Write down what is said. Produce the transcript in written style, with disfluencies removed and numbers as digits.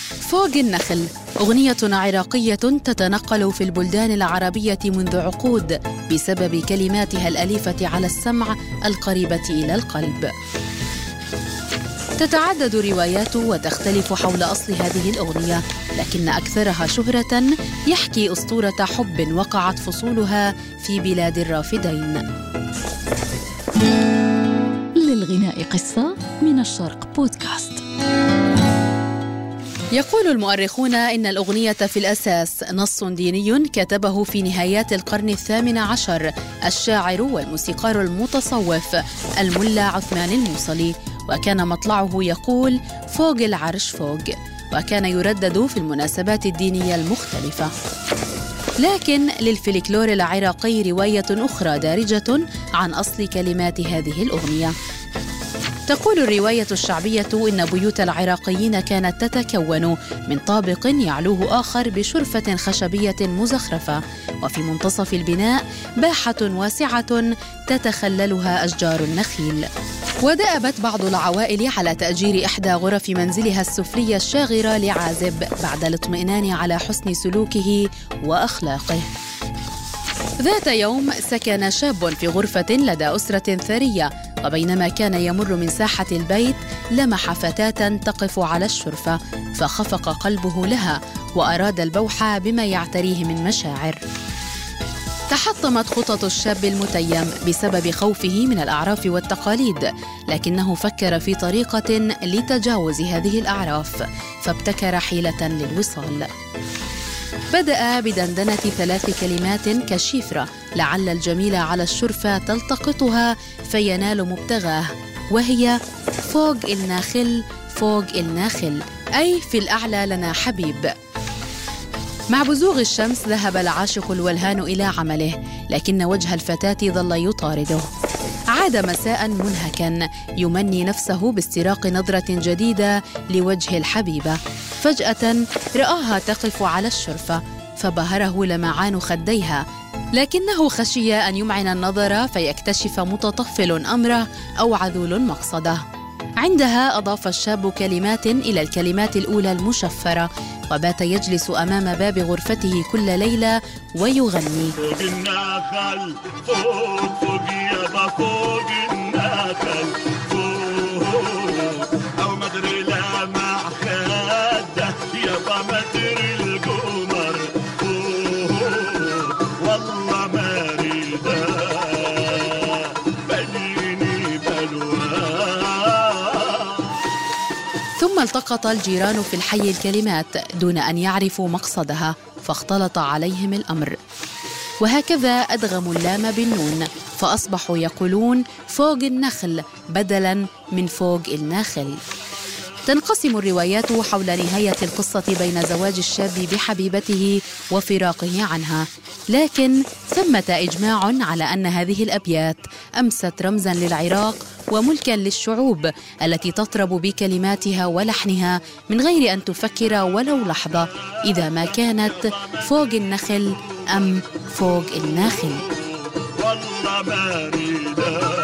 فوق النخل أغنية عراقية تتنقل في البلدان العربية منذ عقود بسبب كلماتها الأليفة على السمع القريبة إلى القلب. تتعدد الروايات وتختلف حول أصل هذه الأغنية، لكن أكثرها شهرة يحكي أسطورة حب وقعت فصولها في بلاد الرافدين. للغناء قصة من الشرق بودكاست. يقول المؤرخون إن الأغنية في الأساس نص ديني كتبه في نهايات القرن 18 الشاعر والموسيقار المتصوف الملا عثمان الموصلي، وكان مطلعه يقول فوق العرش فوق، وكان يردد في المناسبات الدينية المختلفة. لكن للفلكلور العراقي رواية أخرى دارجة عن أصل كلمات هذه الأغنية. تقول الرواية الشعبية إن بيوت العراقيين كانت تتكون من طابق يعلوه آخر بشرفة خشبية مزخرفة، وفي منتصف البناء باحة واسعة تتخللها أشجار النخيل. ودأبت بعض العوائل على تأجير إحدى غرف منزلها السفلية الشاغرة لعازب بعد الاطمئنان على حسن سلوكه وأخلاقه. ذات يوم سكن شاب في غرفة لدى أسرة ثرية، وبينما كان يمر من ساحة البيت لمح فتاة تقف على الشرفة، فخفق قلبه لها وأراد البوح بما يعتريه من مشاعر. تحطمت خطط الشاب المتيم بسبب خوفه من الأعراف والتقاليد، لكنه فكر في طريقة لتجاوز هذه الأعراف، فابتكر حيلة للوصال. بدأ بدندنة 3 كلمات كشفرة لعل الجميلة على الشرفة تلتقطها فينال مبتغاه، وهي فوق الناخل فوق الناخل، أي في الأعلى لنا حبيب. مع بزوغ الشمس ذهب العاشق الولهان إلى عمله، لكن وجه الفتاة ظل يطارده. عاد مساء منهكا يمني نفسه باستراق نظرة جديدة لوجه الحبيبة. فجأة رآها تقف على الشرفة، فبهره لمعان خديها، لكنه خشي أن يمعن النظر فيكتشف متطفل أمره أو عذول مقصده. عندها أضاف الشاب كلمات إلى الكلمات الأولى المشفرة، وبات يجلس أمام باب غرفته كل ليلة ويغني فوق النخل فوق فوق يابا فوق النخل فوق أو مدري لا مع خده يابا مدري القمر فوق والله ما ريده بليني بلواه. ثم التقط الجيران في الحي الكلمات دون أن يعرفوا مقصدها، فاختلط عليهم الأمر، وهكذا أدغموا اللام بالنون، فأصبحوا يقولون فوق النخل بدلاً من فوق الناخل. تنقسم الروايات حول نهاية القصة بين زواج الشاب بحبيبته وفراقه عنها، لكن ثمة إجماع على أن هذه الأبيات أمست رمزاً للعراق وملكاً للشعوب التي تطرب بكلماتها ولحنها من غير أن تفكر ولو لحظة إذا ما كانت فوق النخل أم فوق الناخل. والله ما